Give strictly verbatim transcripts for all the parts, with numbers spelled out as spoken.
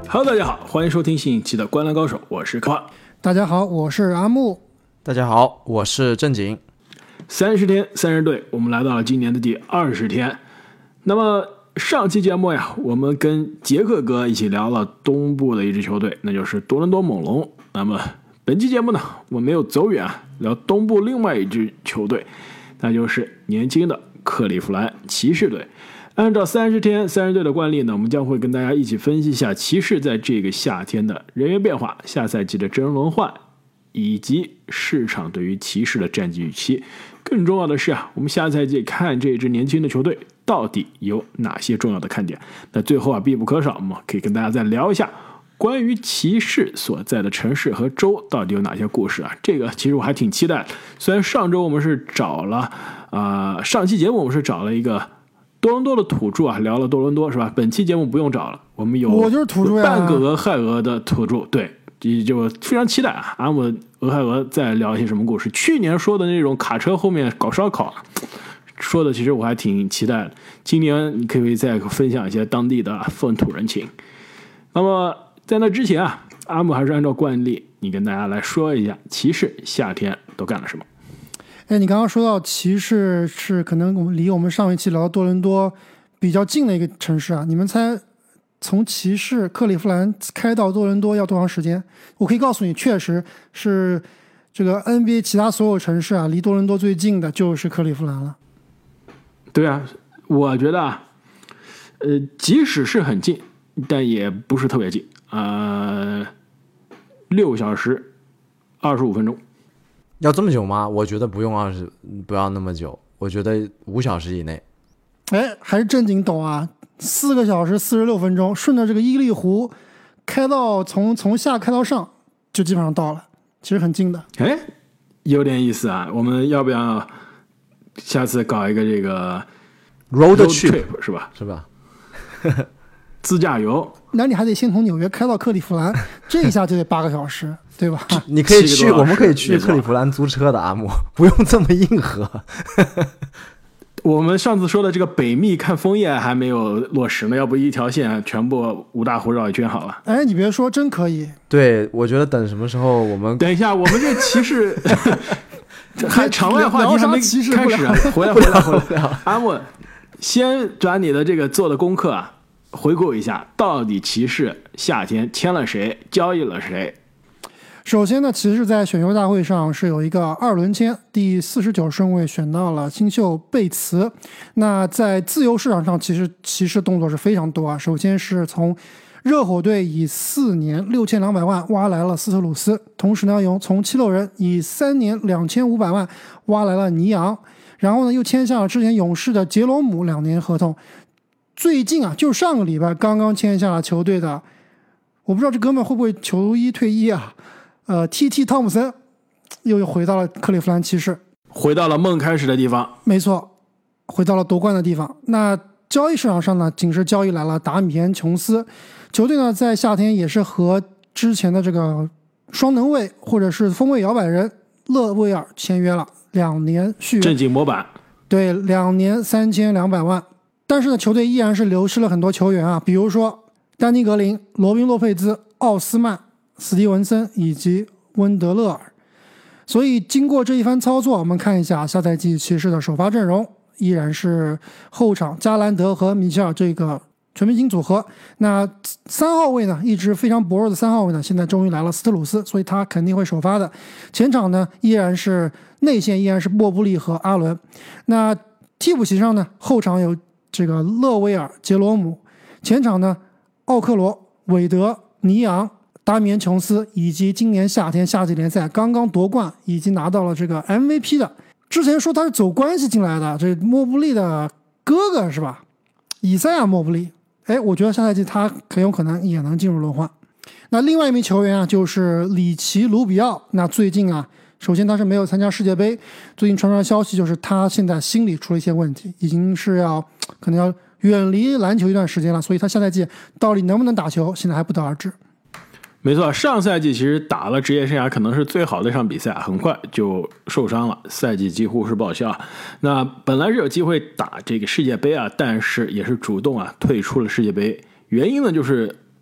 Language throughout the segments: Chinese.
Hello， 大家好，欢迎收听新一期的《灌篮高手》，我是科。 大家好，我是阿木。 大家好，我是正经。 三十天，三十队，我们来到了今年的第二十天。那么上期节目呀，我们跟杰克哥一起聊了东部的一支球队，那就是多伦多猛龙。那么本期节目呢，我们没有走远啊，聊东部另外一支球队，那就是年轻的克利夫兰骑士队。按照三十天三十队的惯例呢，我们将会跟大家一起分析一下骑士在这个夏天的人员变化、下赛季的阵容轮换，以及市场对于骑士的战绩预期。更重要的是啊，我们下赛季看这支年轻的球队到底有哪些重要的看点。那最后啊，必不可少，我们可以跟大家再聊一下关于骑士所在的城市和州到底有哪些故事啊？这个其实我还挺期待的。虽然上周我们是找了啊、呃，上期节目我们是找了一个多伦多的土著啊，聊了多伦多是吧？本期节目不用找了，我们有我就是土著呀， 半个俄亥俄的土著，对，就非常期待啊！阿姆俄亥俄再聊一些什么故事？去年说的那种卡车后面搞烧烤，说的其实我还挺期待的。今年你可以再分享一些当地的风土人情。那么在那之前啊，阿姆还是按照惯例，你跟大家来说一下骑士夏天都干了什么。 哎，你刚刚说到骑士是可能我们离我们上一期聊多伦多比较近的一个城市啊，你们猜从骑士克利夫兰开到多伦多要多长时间？我可以告诉你，确实是这个 N B A 其他所有城市啊，离多伦多最近的就是克利夫兰了。 对啊，我觉得啊，呃，即使是很近，但也不是特别近，呃，六小时二十五分钟。 要这么久吗？我觉得不用二十，不要那么久。我觉得五小时以内。 哎，还是正经懂啊！四个小时四十六分钟，顺着这个伊利湖开到从从下开到上，就基本上到了，其实很近的。 哎，有点意思啊！我们要不要下次搞一个这个 road trip 是吧？ 是吧？ 自驾游。 那你还得先从纽约开到克利夫兰，这一下就得八个小时，对吧？ 你可以去，我们可以去克利夫兰租车的，阿木不用这么硬核。 我们上次说的这个北密看枫叶还没有落实呢，要不一条线全部五大湖绕一圈好了。 哎，你别说，真可以。 对，我觉得等什么时候我们等一下，我们这骑士还场外话题还没开始啊！回来回来回来，阿木，先把你的这个做的功课啊，回顾一下，到底骑士夏天签了谁，交易了谁？ 首先呢，骑士在选秀大会上是有一个二轮签，第四十九顺位选到了新秀贝茨。那在自由市场上，其实骑士动作是非常多啊。首先是从热火队以四年六千两百万挖来了斯特鲁斯，同时呢，又从七六人以三年两千五百万挖来了尼昂，然后呢，又签下了之前勇士的杰罗姆两年合同。最近啊，就上个礼拜刚刚签下了球队的，我不知道这哥们会不会球衣退役啊？呃 ，T T 汤姆森又回到了克利夫兰骑士， 回到了梦开始的地方。 没错，回到了夺冠的地方。那交易市场上呢，仅是交易来了达米安·琼斯，球队呢在夏天也是和之前的这个双能卫或者是锋卫摇摆人勒维尔签约了，两年续约， 正经模板。 对，两年三千两百万。但是呢，球队依然是流失了很多球员啊，比如说丹尼格林、罗宾洛佩兹、奥斯曼、史蒂文森以及温德勒尔。所以经过这一番操作，我们看一下下赛季骑士的首发阵容依然是后场加兰德和米切尔这个全明星组合。那三号位呢，一直非常薄弱的三号位呢，现在终于来了斯特鲁斯，所以他肯定会首发的。前场呢依然是内线依然是莫布利和阿伦。那替补席上呢，后场有这个勒维尔、杰罗姆，前场呢奥克罗、韦德、尼昂、达米安·琼斯，以及今年夏天夏季联赛刚刚夺冠以及拿到了这个 M V P 的，之前说他是走关系进来的，这莫布利的哥哥是吧？以赛亚·莫布利。哎，我觉得下赛季他很有可能也能进入轮换。那另外一名球员啊，就是里奇·卢比奥。那最近啊，首先他是没有参加世界杯，最近传出来消息就是他现在心理出了一些问题，已经是要可能要远离篮球一段时间了，所以他下赛季到底能不能打球，现在还不得而知。 没错，上赛季其实打了职业生涯可能是最好的一场比赛，很快就受伤了，赛季几乎是报销。那本来是有机会打这个世界杯啊，但是也是主动啊退出了世界杯。原因呢就是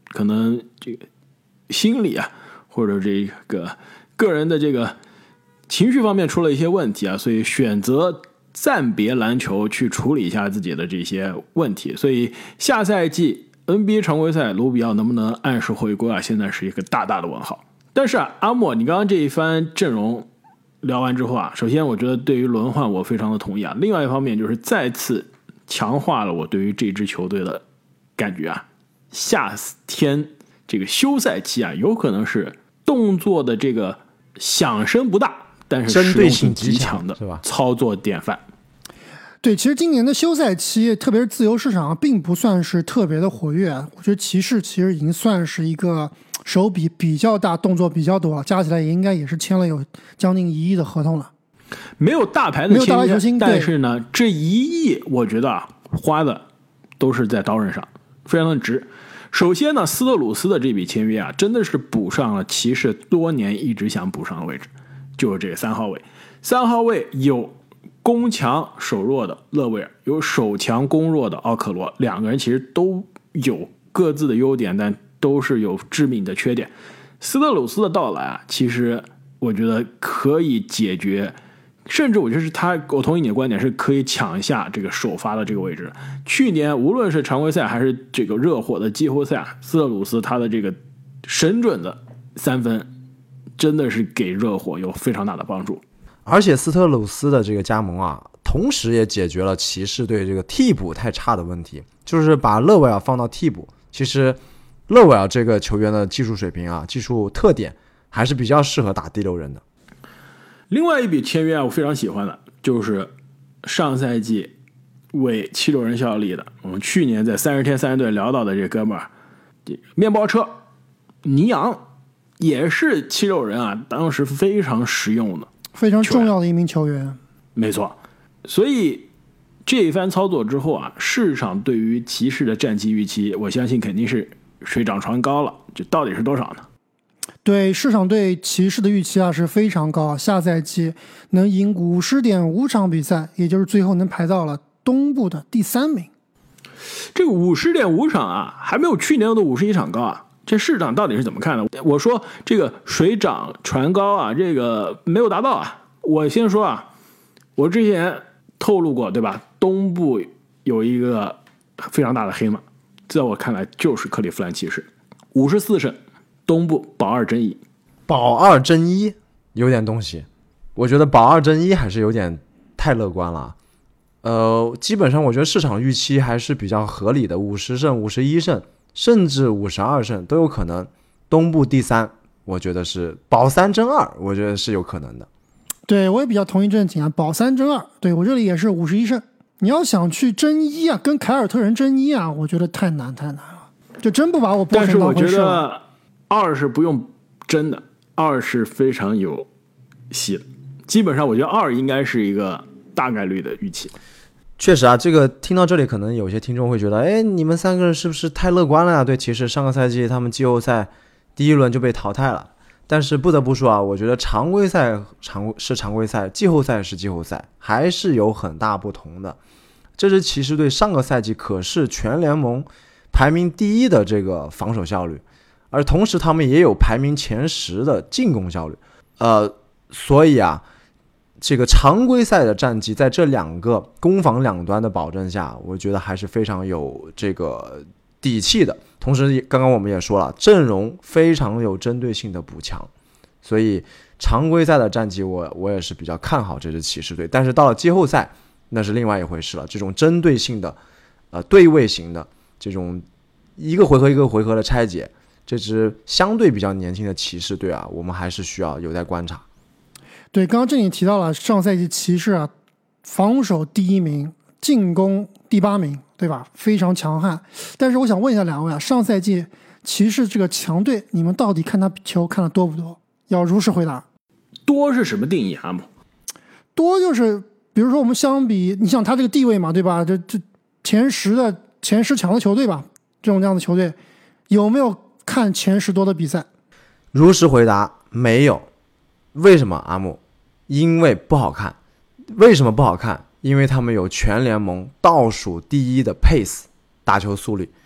可能这个心理啊，或者这个个人的这个情绪方面出了一些问题啊，所以选择暂别篮球去处理一下自己的这些问题。所以下赛季 N B A 常规赛卢比奥能不能按时回归啊，现在是一个大大的问号。但是啊，阿莫，你刚刚这一番阵容聊完之后啊，首先我觉得对于轮换我非常的同意啊，另外一方面就是再次强化了我对于这支球队的感觉啊，夏天这个休赛期啊，有可能是动作的这个响声不大，但是针对性极强的操作典范。 对，其实今年的休赛期，特别是自由市场，并不算是特别的活跃。我觉得骑士其实已经算是一个手笔比较大、动作比较多了，加起来也应该也是签了有将近一亿的合同了。 没有大牌的签约， 没有大牌球星， 但是呢，这一亿我觉得啊，花的都是在刀刃上，非常的值。首先呢，斯特鲁斯的这笔签约啊，真的是补上了骑士多年一直想补上的位置，就是这个三号位。三号位有攻强守弱的勒维尔，有守强攻弱的奥克罗，两个人其实都有各自的优点，但都是有致命的缺点。斯特鲁斯的到来啊，其实我觉得可以解决，甚至我觉得是他，我同意你的观点，是可以抢一下这个首发的这个位置。去年无论是常规赛还是这个热火的季后赛，斯特鲁斯他的这个神准的三分，真的是给热火有非常大的帮助。 而且斯特鲁斯的这个加盟啊，同时也解决了骑士队这个替补太差的问题，就是把勒维尔放到替补。其实勒维尔这个球员的技术水平啊，技术特点还是比较适合打第六人的。 另外一笔签约啊，我非常喜欢的就是上赛季为七六人效力的，我们去年在三十天三十队聊到的这哥们儿，面包车尼昂，也是七六人啊当时非常实用的。 非常重要的一名球员， 没错。所以这一番操作之后啊，市场对于骑士的战绩预期，我相信肯定是水涨船高了。这到底是多少呢？ 对，市场对骑士的预期啊是非常高，下赛季能赢五十点五场比赛，也就是最后能排到了东部的第三名。 这个五十点五场啊，还没有去年的五十一场高啊。这市场到底是怎么看的？我说这个水涨船高啊，这个没有达到啊。我先说啊，我之前透露过，对吧？东部有一个非常大的黑马，在我看来就是克利夫兰骑士，五十四胜，东部保二争一， 保二争一有点东西，我觉得保二争一还是有点太乐观了。呃，基本上我觉得市场预期还是比较合理的，五十胜、五十一胜。甚至五十二胜都有可能，东部第三，我觉得是保三争二，我觉得是有可能的。 对，我也比较同意这景啊，保三争二。对，我这里也是五十一胜。你要想去争一啊，跟凯尔特人争一啊，我觉得太难太难了，就真不把我波神当回事。 但是我觉得二是不用争的，二是非常有戏的。基本上我觉得二应该是一个大概率的预期。 确实啊，这个听到这里，可能有些听众会觉得，哎，你们三个人是不是太乐观了呀？对，其实上个赛季他们季后赛第一轮就被淘汰了。但是不得不说啊，我觉得常规赛常是常规赛，季后赛是季后赛，还是有很大不同的。这支骑士队上个赛季可是全联盟排名第一的这个防守效率，而同时他们也有排名前十的进攻效率。呃，所以啊。这个常规赛的战绩在这两个攻防两端的保证下，我觉得还是非常有这个底气的。同时刚刚我们也说了，阵容非常有针对性的补强，所以常规赛的战绩我我也是比较看好这支骑士队。但是到了季后赛那是另外一回事了，这种针对性的呃对位型的这种一个回合一个回合的拆解，这支相对比较年轻的骑士队啊，我们还是需要有待观察。 对，刚刚这里提到了上赛季骑士啊，防守第一名，进攻第八名，对吧？非常强悍。但是我想问一下两位啊，上赛季骑士这个强队，你们到底看他球看的多不多？要如实回答。 多是什么定义啊？ 多就是比如说我们相比，你想他这个地位嘛，对吧？这这前十的前十强的球队吧，这种这样的球队，有没有看前十多的比赛？ 如实回答，没有。为什么阿木？因为不好看。为什么不好看？因为他们有全联盟倒数第一的 pace 打球速率，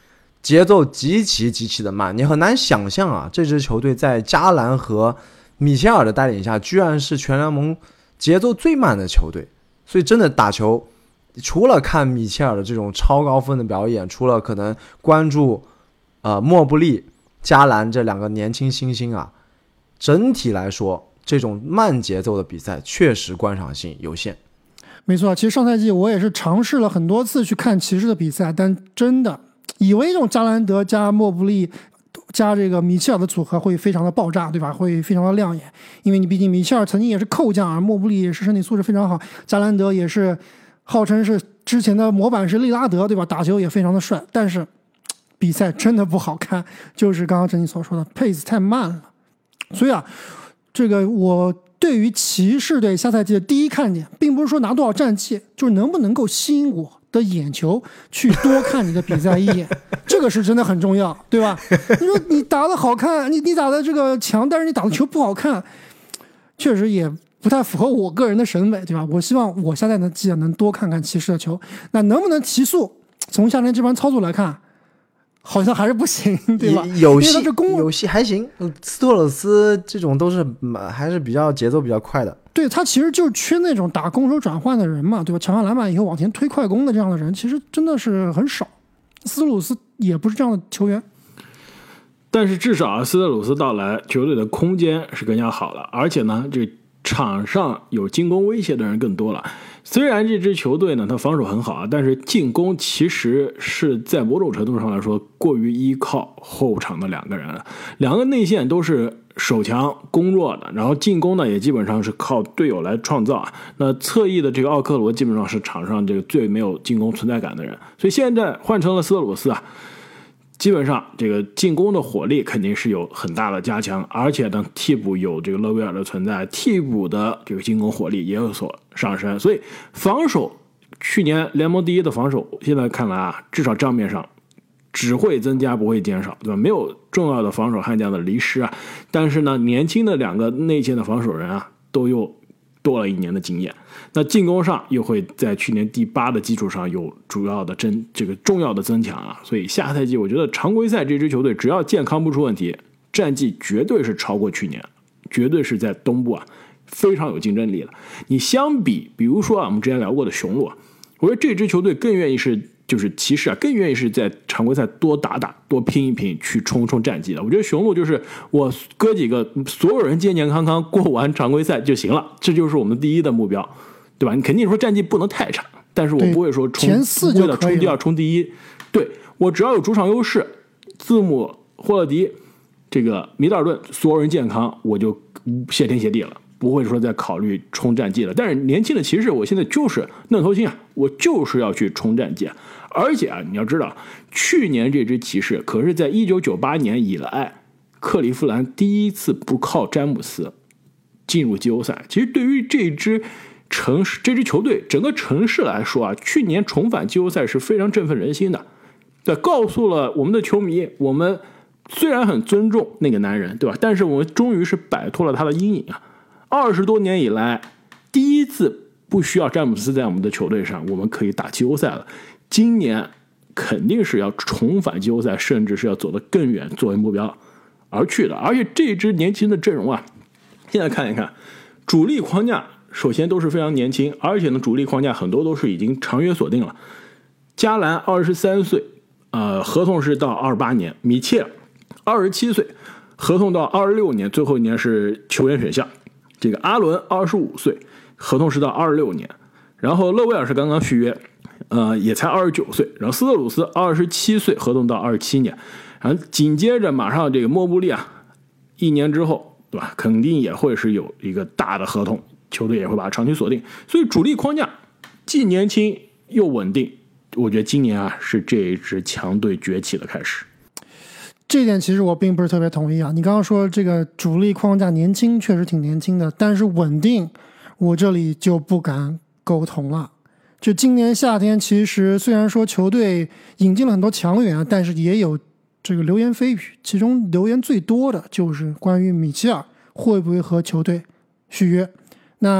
节奏极其极其的慢，你很难想象啊，这支球队在加兰和米切尔的带领下，居然是全联盟节奏最慢的球队。所以真的打球，除了看米切尔的这种超高分的表演，除了可能关注呃莫布利、加兰这两个年轻新星啊，整体来说，这种慢节奏的比赛确实观赏性有限。 没错，其实上赛季我也是尝试了很多次去看骑士的比赛，但真的以为这种加兰德加莫布利加这个米切尔的组合会非常的爆炸，对吧？会非常的亮眼，因为你毕竟米切尔曾经也是扣将，而莫布利也是身体素质非常好，加兰德也是号称是之前的模板是利拉德，对吧？打球也非常的帅，但是比赛真的不好看，就是刚刚珍妮所说的 pace 太慢了。所以啊，这个我对于骑士队下赛季的第一看点，并不是说拿多少战绩，就是能不能够吸引我的眼球去多看你的比赛一眼，这个是真的很重要，对吧？你说你打的好看，你你打的这个强，但是你打的球不好看，确实也不太符合我个人的审美，对吧？我希望我下赛季能多看看骑士的球，那能不能提速？从夏天这番操作来看，好像还是不行，对吧？ 有戏有戏还行，斯托勒斯这种都是还是比较节奏比较快的。 对，他其实就缺那种打攻守转换的人嘛，对吧？抢下篮板以后往前推快攻的这样的人，其实真的是很少。斯特鲁斯也不是这样的球员， 但是至少啊，斯特鲁斯到来，球队的空间是更加好了，而且呢，这场上有进攻威胁的人更多了。虽然这支球队呢，它防守很好啊，但是进攻其实是在某种程度上来说过于依靠后场的两个人，两个内线都是守强攻弱的，然后进攻呢也基本上是靠队友来创造啊。那侧翼的这个奥克罗基本上是场上这个最没有进攻存在感的人，所以现在换成了斯特鲁斯啊，基本上这个进攻的火力肯定是有很大的加强，而且呢，替补有这个勒维尔的存在，替补的这个进攻火力也有所上升，所以防守去年联盟第一的防守，现在看来啊，至少账面上只会增加不会减少，对吧？没有重要的防守悍将的离失啊，但是呢，年轻的两个内线的防守人啊，都又多了一年的经验。那进攻上又会在去年第八的基础上有主要的增这个重要的增强啊，所以下赛季我觉得常规赛这支球队只要健康不出问题，战绩绝对是超过去年，绝对是在东部啊非常有竞争力的。你相比比如说啊我们之前聊过的雄鹿，我觉得这支球队更愿意是就是骑士啊更愿意是在常规赛多打打多拼一拼去冲冲战绩的。我觉得雄鹿就是我哥几个所有人健健康康过完常规赛就行了，这就是我们第一的目标，对吧？你肯定说战绩不能太差，但是我不会说冲前四就可以了， 冲第二冲第一，对，我只要有主场优势，字母霍勒迪这个米德尔顿所有人健康，我就谢天谢地了，不会说再考虑冲战绩了。但是年轻的骑士，我现在就是愣头青啊，我就是要去冲战绩啊！而且啊，你要知道，去年这支骑士可是在一九九八年以来，克利夫兰第一次不靠詹姆斯进入季后赛。其实对于这支城市、这支球队整个城市来说啊，去年重返季后赛是非常振奋人心的。对，告诉了我们的球迷，我们虽然很尊重那个男人，对吧？但是我们终于是摆脱了他的阴影啊！二十多年以来，第一次不需要詹姆斯在我们的球队上，我们可以打季后赛了。今年肯定是要重返季后赛，甚至是要走得更远作为目标而去的。而且这支年轻的阵容啊，现在看一看，主力框架首先都是非常年轻，而且呢，主力框架很多都是已经长约锁定了。加兰二十三岁，呃，合同是到二十八年；米切尔二十七岁，合同到二十六年，最后一年是球员选项。这个阿伦二十五岁，合同是到二十六年。然后勒维尔是刚刚续约，呃，也才二十九岁。然后斯特鲁斯二十七岁，合同到二十七年。然后紧接着马上这个莫布利啊，一年之后，对吧？肯定也会是有一个大的合同，球队也会把它长期锁定。所以主力框架既年轻又稳定，我觉得今年啊是这一支强队崛起的开始。 这一点其实我并不是特别同意啊。你刚刚说这个主力框架年轻，确实挺年轻的，但是稳定，我这里就不敢苟同了。就今年夏天，其实虽然说球队引进了很多强援啊，但是也有这个流言蜚语，其中流言最多的就是关于米切尔会不会和球队续约。那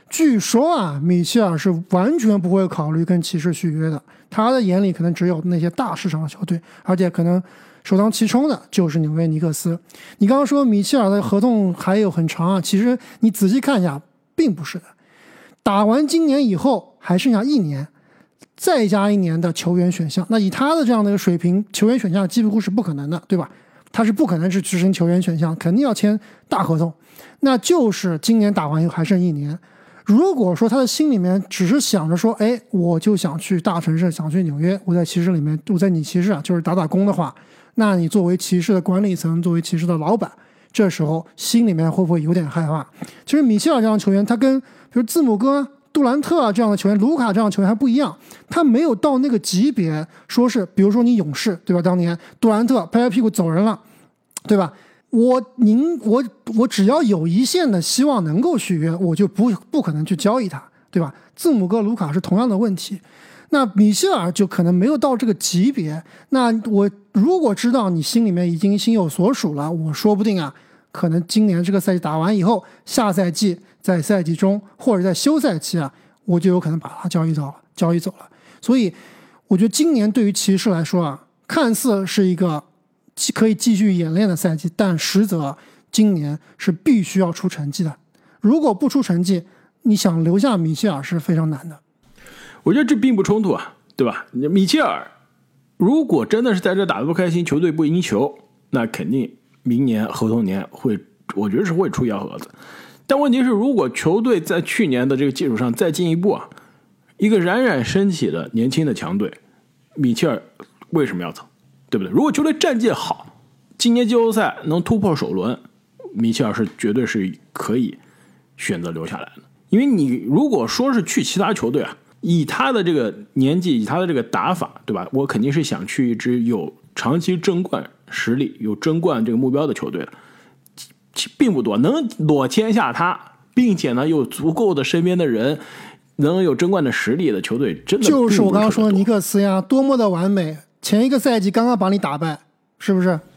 据说啊，米切尔是完全不会考虑跟骑士续约的，他的眼里可能只有那些大市场的球队，而且可能首当其冲的就是纽约尼克斯。你刚刚说米切尔的合同还有很长啊，其实你仔细看一下，并不是的。打完今年以后还剩下一年，再加一年的球员选项，那以他的这样的一个水平，球员选项几乎是不可能的，对吧？他是不可能是支撑球员选项，肯定要签大合同。那就是今年打完以后还剩一年。如果说他的心里面只是想着说，哎，我就想去大城市，想去纽约，我在骑士里面，我在你骑士啊，就是打打工的话，那你作为骑士的管理层，作为骑士的老板，这时候心里面会不会有点害怕？其实米切尔这样的球员，他跟比如字母哥、杜兰特啊这样的球员，卢卡这样的球员还不一样，他没有到那个级别，说是比如说你勇士，对吧？当年杜兰特拍拍屁股走人了，对吧？我您我我只要有一线的希望能够续约，我就不不可能去交易他，对吧？字母哥、卢卡是同样的问题，那米切尔就可能没有到这个级别。那我如果知道你心里面已经心有所属了，我说不定啊，可能今年这个赛季打完以后，下赛季在赛季中或者在休赛期啊，我就有可能把他交易到了，交易走了。所以我觉得今年对于骑士来说啊，看似是一个可以继续演练的赛季，但实则今年是必须要出成绩的。如果不出成绩，你想留下米切尔是非常难的。 我觉得这并不冲突啊，对吧？米切尔如果真的是在这打得不开心，球队不赢球，那肯定明年合同年会，我觉得是会出幺蛾子。但问题是，如果球队在去年的这个基础上再进一步啊，一个冉冉升起的年轻的强队，米切尔为什么要走？对不对？如果球队战绩好，今年季后赛能突破首轮，米切尔是绝对是可以选择留下来的。因为你如果说是去其他球队啊，以他的这个年纪，以他的这个打法，对吧？我肯定是想去一支有长期争冠实力、有争冠这个目标的球队的，并不多。能裸签下他，并且呢有足够的身边的人能有争冠的实力的球队，真的就是我刚刚说的尼克斯呀，多么的完美！前一个赛季刚刚把你打败，是不是？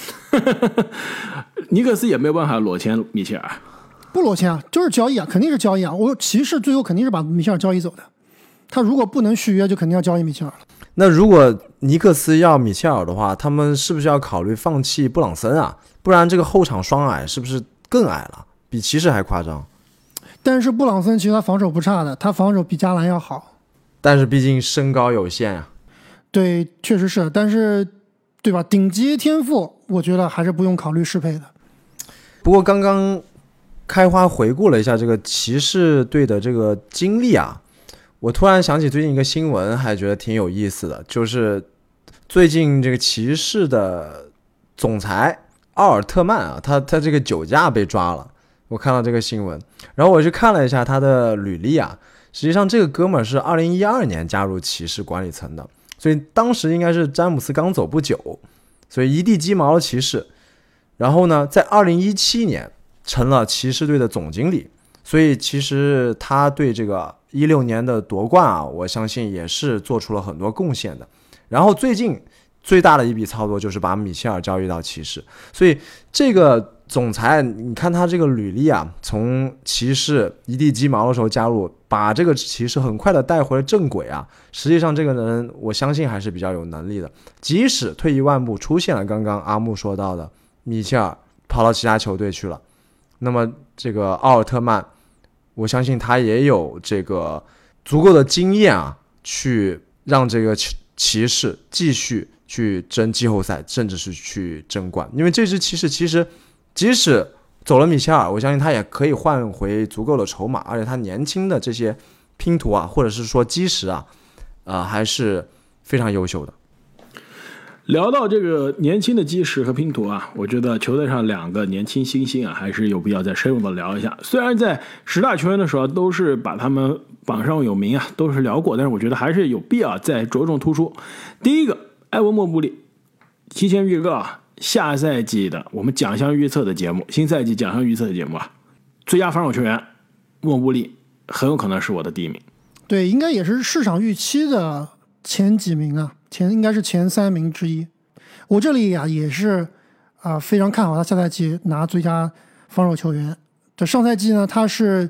尼克斯也没有办法裸签米切尔， 不裸签啊，就是交易啊，肯定是交易啊。我骑士最后肯定是把米切尔交易走的，他如果不能续约，就肯定要交易米切尔了。 那如果尼克斯要米切尔的话，他们是不是要考虑放弃布朗森啊？不然这个后场双矮是不是更矮了？比骑士还夸张。 但是布朗森其实他防守不差的，他防守比加兰要好。 但是毕竟身高有限啊。 对，确实是，但是，对吧？顶级天赋，我觉得还是不用考虑适配的。 不过刚刚开花回顾了一下这个骑士队的这个经历啊，我突然想起最近一个新闻，还觉得挺有意思的，就是最近这个骑士的总裁奥尔特曼啊，他他这个酒驾被抓了，我看到这个新闻，然后我去看了一下他的履历啊，实际上这个哥们儿是二零一二年加入骑士管理层的。所以当时应该是詹姆斯刚走不久，所以一地鸡毛了骑士。然后呢，在二零一七年成了骑士队的总经理，所以其实他对这个一六年的夺冠啊，我相信也是做出了很多贡献的。然后最近最大的一笔操作就是把米切尔交易到骑士，所以这个总裁你看他这个履历啊，从骑士一地鸡毛的时候加入，把这个骑士很快的带回了正轨啊。实际上这个人我相信还是比较有能力的，即使退一万步出现了刚刚阿木说到的米切尔跑到其他球队去了，那么这个奥尔特曼我相信他也有这个足够的经验啊，去让这个骑士继续去争季后赛，甚至是去争冠。因为这支骑士其实即使走了米切尔，我相信他也可以换回足够的筹码，而且他年轻的这些拼图啊，或者是说基石啊，呃，还是非常优秀的。 聊到这个年轻的基石和拼图啊，我觉得球队上两个年轻新星啊，还是有必要再深入的聊一下。虽然在十大球员的时候都是把他们榜上有名啊，都是聊过，但是我觉得还是有必要再着重突出。第一个，埃文莫布利提前预告啊，下赛季的我们奖项预测的节目，新赛季奖项预测的节目啊，最佳防守球员莫布利很有可能是我的第一名。 对，应该也是市场预期的前几名啊，前应该是前三名之一。我这里呀、啊、也是啊、呃、非常看好他下赛季拿最佳防守球员。这上赛季呢，他是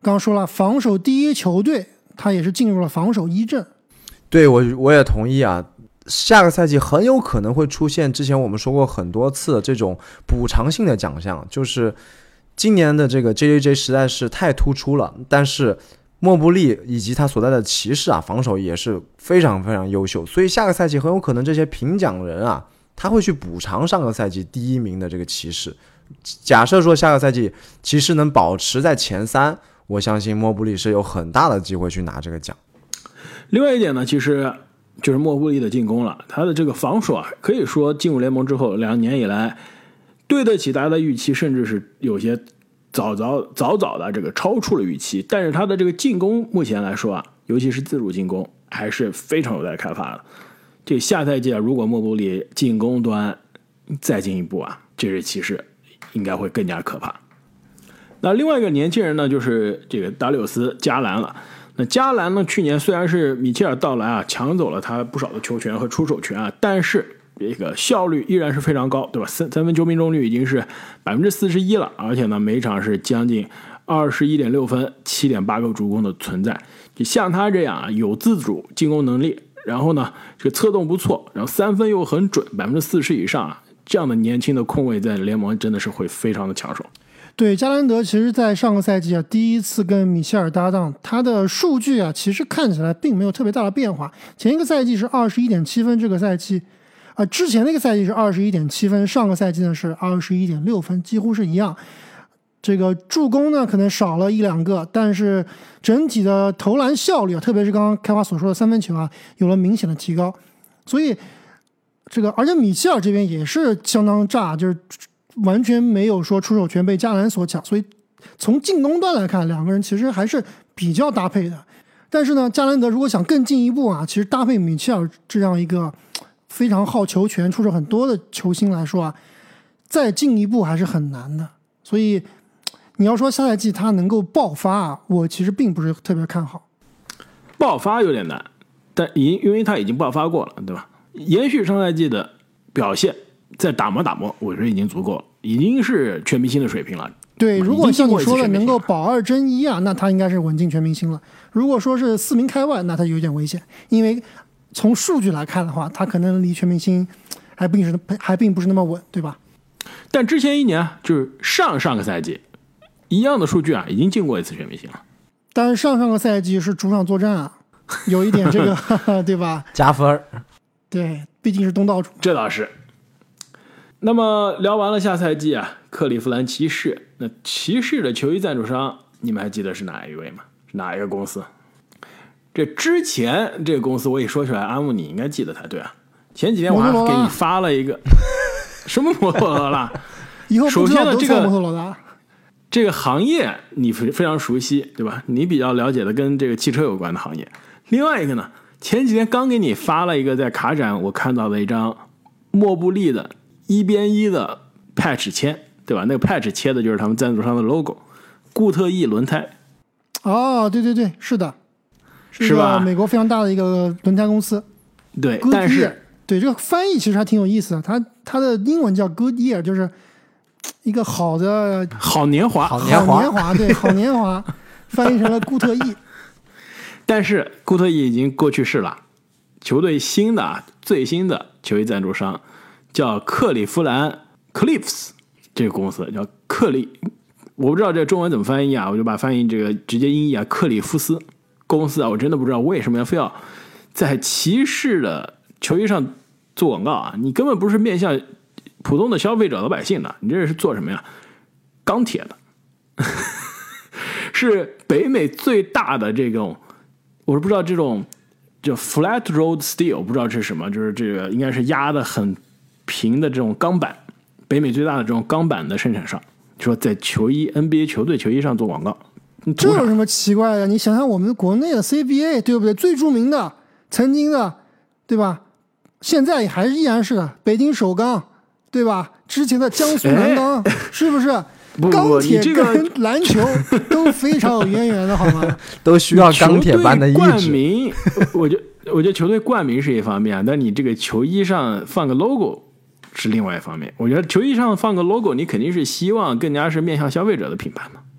刚刚说了，防守第一球队，他也是进入了防守一阵。 对，我我也同意啊。下个赛季很有可能会出现之前我们说过很多次的这种补偿性的奖项，就是今年的这个 J J J 实在是太突出了，但是莫布利以及他所在的骑士啊，防守也是非常非常优秀，所以下个赛季很有可能这些评奖人啊，他会去补偿上个赛季第一名的这个骑士。假设说下个赛季骑士能保持在前三，我相信莫布利是有很大的机会去拿这个奖。 另外一点呢，其实就是莫布利的进攻了，他的这个防守啊，可以说进入联盟之后两年以来对得起大家的预期，甚至是有些早早早早的这个超出了预期。但是他的这个进攻目前来说啊，尤其是自主进攻还是非常有待开发的。这下赛季啊，如果莫布利进攻端再进一步啊，这支骑士应该会更加可怕。那另外一个年轻人呢，就是这个达里奥斯加兰了。那加兰呢，去年虽然是米切尔到来啊，抢走了他不少的球权和出手权啊，但是这个效率依然是非常高，对吧？三三分球命中率已经是百分之四十一了，而且呢，每场是将近二十一点六分、七点八个助攻的存在。就像他这样啊，有自主进攻能力，然后呢，这个策动不错，然后三分又很准，百分之四十以上啊，这样的年轻的控卫在联盟真的是会非常的抢手。 对，加兰德其实在上个赛季啊，第一次跟米切尔搭档，他的数据啊，其实看起来并没有特别大的变化。前一个赛季是 二十一点七分，这个赛季啊、呃，之前那个赛季是 二十一点七分，上个赛季呢是 二十一点六分，几乎是一样。这个助攻呢可能少了一两个，但是整体的投篮效率啊，特别是刚刚开花所说的三分球啊，有了明显的提高。所以这个，而且米切尔这边也是相当炸，就是完全没有说出手权被加兰所抢，所以从进攻端来看，两个人其实还是比较搭配的。但是呢，加兰德如果想更进一步啊，其实搭配米切尔这样一个非常好球权、出手很多的球星来说啊，再进一步还是很难的。所以你要说下赛季他能够爆发啊，我其实并不是特别看好。 爆发有点难，但因因为他已经爆发过了，对吧？延续上赛季的表现，再打磨打磨，我觉得已经足够了，已经是全明星的水平了。 对，如果像你说的能够保二争一啊，那他应该是稳进全明星了。如果说是四名开外，那他有点危险，因为从数据来看的话，他可能离全明星还并是还并不是那么稳，对吧？ 但之前一年就是上上个赛季一样的数据啊，已经进过一次全明星了。 但是上上个赛季是主场作战啊，有一点这个对吧？ 加分。 对，毕竟是东道主。 这倒是。那么聊完了下赛季啊，克利夫兰骑士，那骑士的球衣赞助商，你们还记得是哪一位吗？是哪一个公司？这之前这个公司我一说出来，阿木你应该记得才对啊。前几天我还给你发了一个什么摩托罗拉？ 以后不知道都这个摩托罗拉。 这个行业你非常熟悉，对吧？你比较了解的跟这个汽车有关的行业。另外一个呢，前几天刚给你发了一个在卡展我看到的一张莫布利的一边一的 patch 签，对吧？那个 patch 切的就是他们赞助商的 logo， 固特异轮胎。 哦，对对对，是的， 是吧？ 美国非常大的一个轮胎公司。 对，但是对这个翻译其实还挺有意思的，它它的英文叫 good year， 就是一个好的好年华， 好年华， 好年华，对，好年华，翻译成了固特异。 但是固特异已经过去式了，球队新的啊最新的球衣赞助商叫克利夫兰 Cliffs， 这个公司叫克利，我不知道这个中文怎么翻译啊，我就把翻译这个直接音译啊，克里夫斯公司啊，我真的不知道为什么要非要在骑士的球衣上做广告啊，你根本不是面向普通的消费者老百姓的，你这是做什么呀？钢铁的，是北美最大的这种，我不知道这种叫 flat rolled steel， 不知道这是什么，就是这个应该是压的很平的这种钢板，北美最大的这种钢板的生产商，说在球衣 N B A 球队球衣上做广告， 这有什么奇怪的？你想想我们国内的 C B A 对不对？最著名的，曾经的，对吧？现在也还是依然是的，北京首钢，对吧？之前的江苏南钢，哎、是不是？ 不不钢铁跟篮球都非常有渊源的，好吗？ 都需要钢铁般的意志。 冠名，我觉得我觉得球队冠名是一方面，但你这个球衣上放个 logo 是另外一方面。我觉得球衣上放个 logo， 你肯定是希望更加是面向消费者的品牌嘛。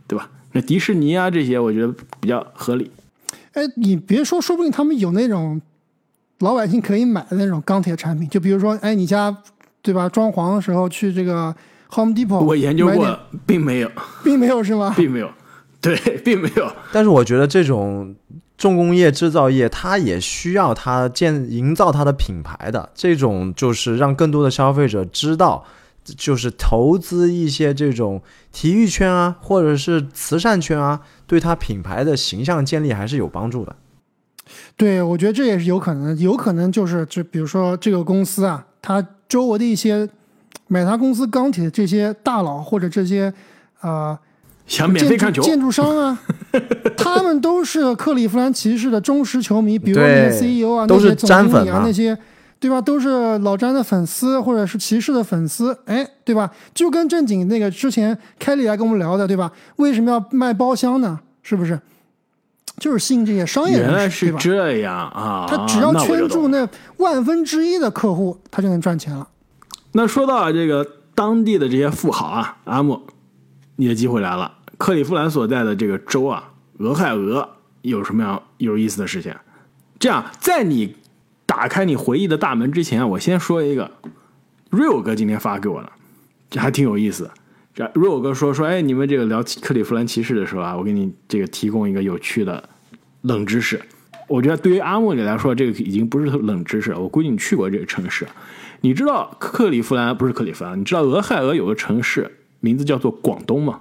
对吧？那迪士尼啊这些，我觉得比较合理。 哎，你别说，说不定他们有那种老百姓可以买的那种钢铁产品，就比如说，哎，你家对吧？装潢的时候去这个 Home Depot， 我研究过，并没有， 并没有是吗？ 并没有，对，并没有。 但是我觉得这种重工业制造业，它也需要它建营造它的品牌的，这种就是让更多的消费者知道。就是投资一些这种体育圈啊，或者是慈善圈啊，对它品牌的形象建立还是有帮助的。 对，我觉得这也是有可能，有可能就是就比如说这个公司啊，它周围的一些买它公司钢铁的这些大佬或者这些呃想免费看球建筑商啊，他们都是克利夫兰骑士的忠实球迷，比如那些 C E O 啊， 都是詹粉啊， 那些。对吧？都是老詹的粉丝，或者是骑士的粉丝，哎，对吧？就跟正经那个之前凯里来跟我们聊的，对吧？为什么要卖包厢呢？是不是？就是吸引这些商业人士， 原来是这样啊！ 他只要圈住那万分之一的客户，他就能赚钱了。 那说到这个当地的这些富豪啊，阿木，你的机会来了。克利夫兰所在的这个州啊，俄亥俄有什么样有意思的事情？这样，在你打开你回忆的大门之前，我先说一个 Rio 哥今天发给我的，这还挺有意思。这 Rio 哥说说，哎，你们这个聊克利夫兰骑士的时候啊，我给你这个提供一个有趣的冷知识。我觉得对于阿莫里来说，这个已经不是冷知识了。我估计你去过这个城市，你知道克利夫兰不是克利夫兰，你知道俄亥俄有个城市名字叫做广东吗？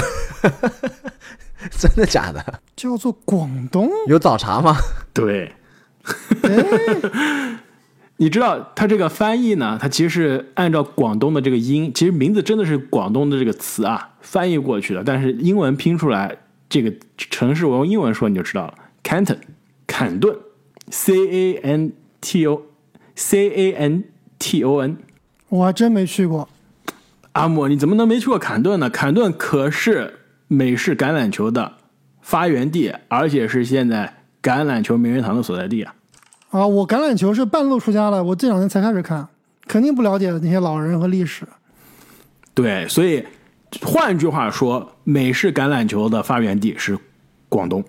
真的假的？ 叫做广东？ 有早茶吗？ 对。你知道它这个翻译呢？它其实是按照广东的这个音，其实名字真的是广东的这个词啊翻译过去的，但是英文拼出来，这个城市我用英文说你就知道了 ，Canton， 坎顿 ，C A N T O C A N T O N。 我还真没去过。 阿莫，你怎么能没去过坎顿呢？坎顿可是美式橄榄球的发源地，而且是现在橄榄球名人堂的所在地啊！ 啊，我橄榄球是半路出家的，我这两年才开始看，肯定不了解那些老人和历史。 对，所以换句话说，美式橄榄球的发源地是广东。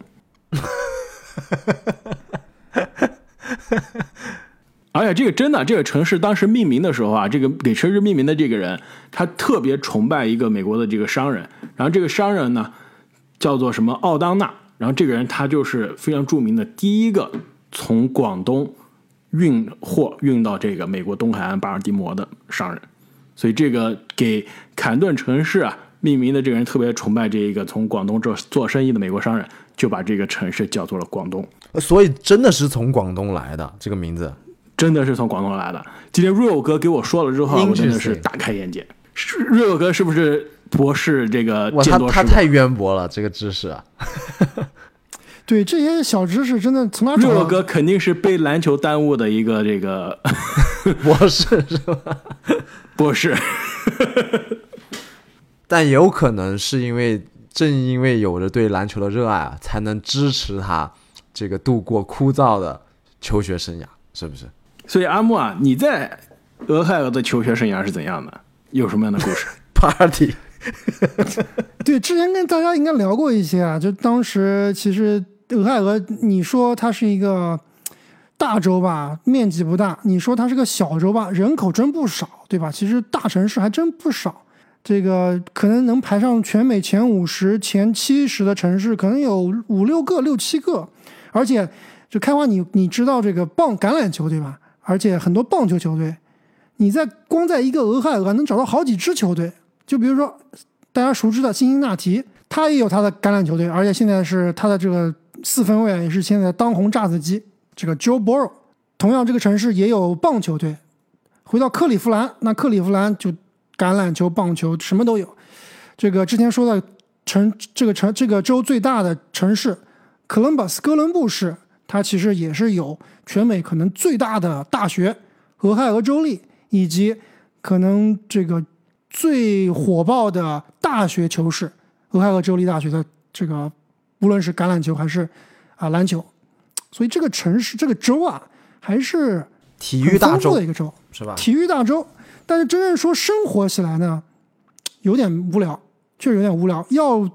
而且这个真的，这个城市当时命名的时候啊，这个给城市命名的这个人，他特别崇拜一个美国的这个商人，然后这个商人呢叫做什么奥当纳。然后这个人他就是非常著名的第一个从广东运货运到这个美国东海岸巴尔的摩的商人，所以这个给坎顿城市啊命名的这个人特别崇拜这一个从广东做做生意的美国商人，就把这个城市叫做了广东。 所以真的是从广东来的这个名字， 真的是从广东来的。今天 Rio 哥给我说了之后，我真的是大开眼界。Rio 哥是不是博士这个见多识广？ 他他太渊博了，这个知识啊。 对，这些小知识真的从哪找到？ Rio 哥肯定是被篮球耽误的一个这个博士是吧？ 博士。 但也有可能是因为正因为有着对篮球的热爱啊，才能支持他这个度过枯燥的求学生涯，是不是？ 所以阿木啊，你在俄亥俄的求学生涯是怎样的？有什么样的故事 ？Party。 对，之前跟大家应该聊过一些啊，就当时其实俄亥俄，你说它是一个大州吧，面积不大；你说它是个小州吧，人口真不少，对吧？其实大城市还真不少，这个可能能排上全美前五十、前七十的城市，可能有五六个、六七个。而且，就开花你你知道这个棒橄榄球对吧？而且很多棒球球队，你在光在一个俄亥俄能找到好几支球队。就比如说大家熟知的辛辛那提，他也有他的橄榄球队，而且现在是他的这个四分卫也是现在当红炸子鸡，这个 Joe Burrow。同样这个城市也有棒球队。回到克利夫兰，那克利夫兰就橄榄球、棒球什么都有。这个之前说的城，这个城这个州最大的城市 Columbus 哥伦布市，它其实也是有全美可能最大的大学俄亥俄州立，以及可能这个最火爆的大学球市俄亥俄州立大学的这个无论是橄榄球还是啊篮球，所以这个城市这个州啊还是体育大州的一个州， 是吧？ 体育大州，但是真正说生活起来呢，有点无聊，确实有点无聊。要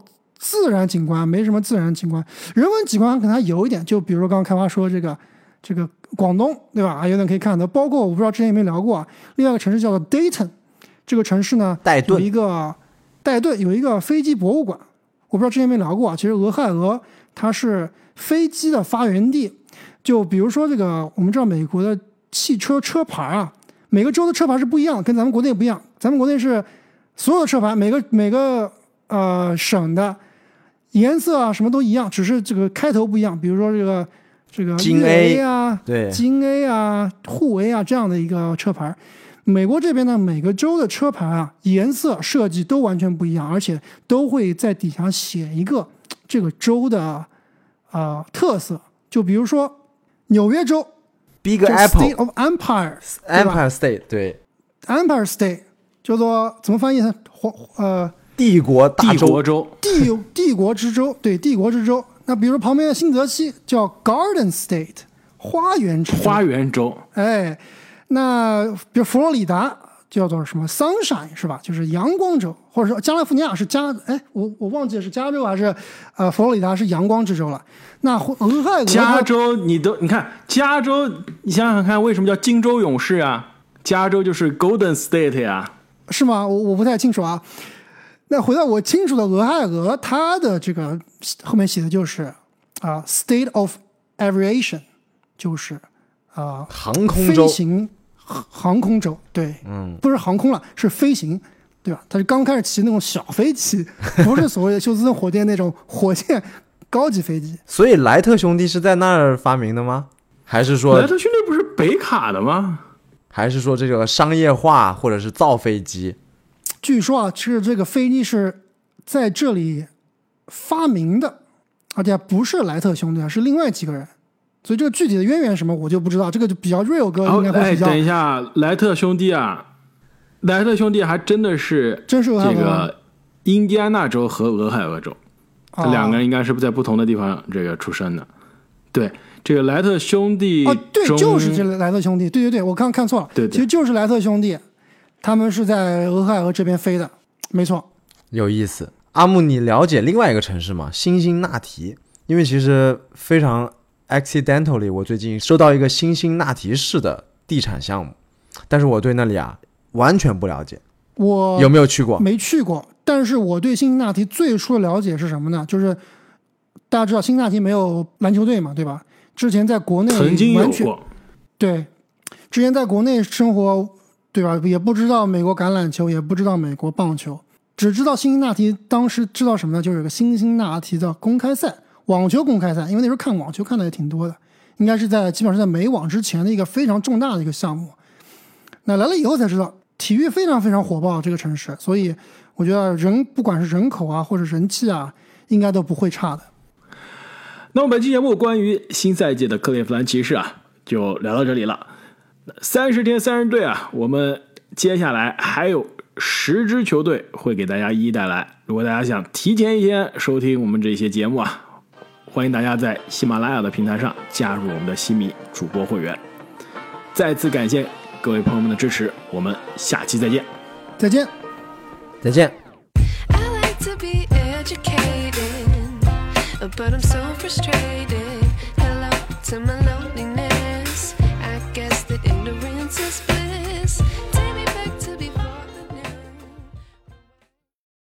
自然景观没什么自然景观，人文景观可能还有一点，就比如说刚刚开花说这个这个广东，对吧？有点可以看到，包括我不知道之前有没有聊过啊，另外一个城市叫做 Dayton， 这个城市呢有一个戴顿有一个飞机博物馆，我不知道之前有没有聊过啊。其实俄亥俄它是飞机的发源地，就比如说这个我们知道美国的汽车车牌啊，每个州的车牌是不一样，跟咱们国内不一样。咱们国内是所有的车牌，每个每个呃省的颜色啊什么都一样，只是这个开头不一样。比如说这个这个京 A 啊， 对， 京 A 啊，沪 A 啊这样的一个车牌。美国这边呢，每个州的车牌啊颜色设计都完全不一样，而且都会在底下写一个这个州的呃特色。就比如说纽约州 Big Apple State of Empire Empire State 对 Empire State 叫做怎么翻译呢？呃， 帝国大州，帝国州， 帝帝国之州，对，帝国之州。那比如旁边的新泽西叫 Garden State 花园之州， 花园州。 哎，那比如佛罗里达叫做什么 Sunshine 是吧？就是阳光州，或者说加利福尼亚是加，哎，我我忘记是加州还是呃佛罗里达是阳光之州了。那俄亥俄加州你都你看加州，你想想看为什么叫金州勇士啊？加州就是 Golden State 呀， 是吗？我我不太清楚啊。那回到我清楚的俄亥俄，它的这个后面写的就是啊、呃、，State of Aviation， 就是啊、呃、 航空州， 飞行航空州，对， 嗯， 不是航空了，是飞行，对吧？它是刚开始骑那种小飞机，不是所谓的休斯顿火箭那种火箭高级飞机。 所以莱特兄弟是在那儿发明的吗？还是说莱特兄弟不是北卡的吗？ 还是说这个商业化或者是造飞机？ 据说啊，是这个飞机是在这里发明的，而且不是莱特兄弟啊，是另外几个人。所以这个具体的渊源什么我就不知道，这个就比较 real 哥应该会比较。 哦哎、等一下，莱特兄弟啊，莱特兄弟还真的是真是这个印第安纳州和俄亥俄州，这两个人应该是在不同的地方这个出生的。对，这个莱特兄弟哦，对，就是这莱特兄弟，对对对，我刚刚看错了， 对对， 其实就是莱特兄弟，他们是在俄亥俄这边飞的，没错。 有意思。阿木，你了解另外一个城市吗？辛辛那提。因为其实非常 accidentally， 我最近收到一个辛辛那提市的地产项目，但是我对那里啊完全不了解。 我有没有去过？ 没去过，但是我对辛辛那提最初的了解是什么呢？就是大家知道辛辛那提没有篮球队嘛，对吧？之前在国内曾经有过， 对，之前在国内生活，对吧？也不知道美国橄榄球，也不知道美国棒球，只知道辛辛那提。当时知道什么呢？就是有个辛辛那提的公开赛，网球公开赛，因为那时候看网球看的也挺多的，应该是在基本上是在美网之前的一个非常重大的一个项目。那来了以后才知道，体育非常非常火爆这个城市，所以我觉得人不管是人口啊或者人气啊，应该都不会差的。 那么本期节目关于新赛季的克利夫兰骑士啊，就聊到这里了。三十天三十队啊，我们接下来还有十支球队会给大家一一带来。如果大家想提前一天收听我们这些节目啊，欢迎大家在喜马拉雅的平台上加入我们的西米主播会员。再次感谢各位朋友们的支持，我们下期再见。 再见， 再见。 But I'm so frustrated. Hello to my loneliness. I guess that ignorance is